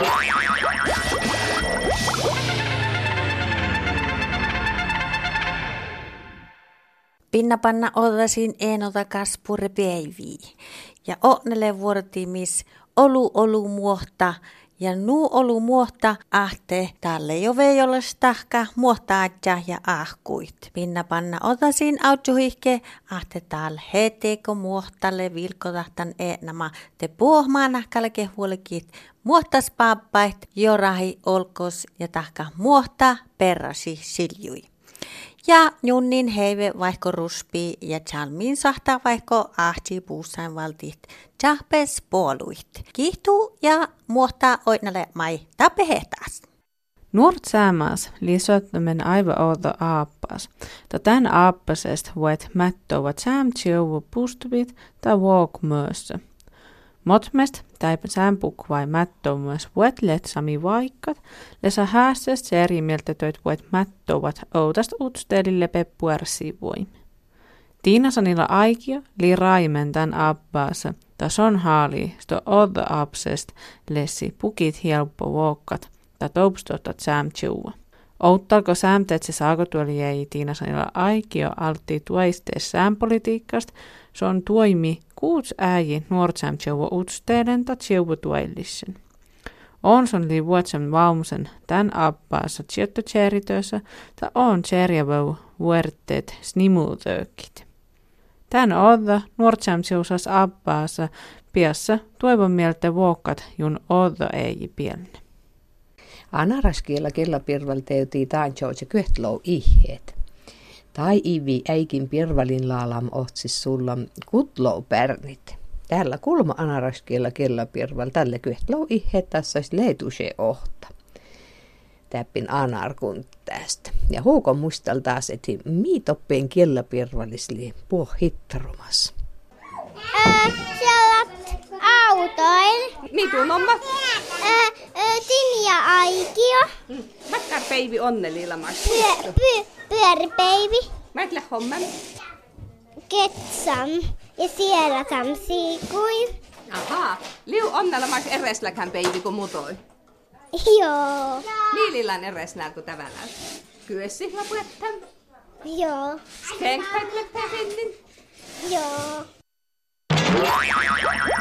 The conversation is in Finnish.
Pinnapanna ollasin enota kaspure päiviä. Ja onnelle vuorotimis olu muohta ja nuu olu muohta ahte tälle jo veijolostahka muohta ja ahkuit. Pinnapanna ollasin autjuhihke ahte tal heteko muohtalle vilkotahtan enama te puohmaanahkalke huolikit muohtas paappait jorahi olkos ja tahka muohta perrasi siljui. Ja junnin heive vaikko ruspi ja chalmin sahta vaikko ahti puussain valtit jahpes puoluit. Kihtuu ja muohtaa oinale mai tapehehtaas. Nuort säämaas lisättömen aivan outo aappas. Tän aappasest voit mättovat säämtjövu pustuvit tai vuokmöössä. Motmest täipä säämpuk vai mättö myös voit letsami vaikkat, lesa häästöstä serimieltä töit voit mättovat outast utstelille peppuärsivuin. Tiinasanilla aikio li raimen tän aappaassa, ta son haali sto odda apsest lessi pukit helppo vuokkat, ta toupstotat säämtjövu. Outtalko säämteet se saako tuoli jäi Tiinasanilla aikio altti tuaistees säämpolitiikasta, se on tuoimi kuuts äiji nuortsam tjouvo utsteelen ta tjouvo tuellisen. Onson li vuotsam vaumusen tän appaassa tjöttötjeritössä ta on tjerjavau vuorteet snimuutöökit. Tän odda nuortsam tjousas appaassa piassa toivon mieltä vuokkat jun odda ei pielne. Anaraskiella kellapirval teutii taanchoutse kyhtlou ihjeet. Tai ivi äikin pirvalin laalam otsis sulla kutlou pärnit. Täällä kulma anaraskiella kellapirval tälle kyhtlou ihjeet tässä olisi leetuse ohta. Täppin anarkun tästä. Ja huukon muistal taas, että miitoppeen kellapirvalisli puohittarumassa. Siellä autoin. Mitu mamma? Tinja aikio. Makkar päivi onnelilla mas. Pyöripäivi. Mätlä homman. Ketsam. Ja siellä tamsiikui. Ahaa. Liu onnella mas eresläkään päivi kun mutoi. Joo. Miilillään eresnää kun tavallaan. Kyössi lapuettam. Joo. Skenkpäät läppää hennin. Joo.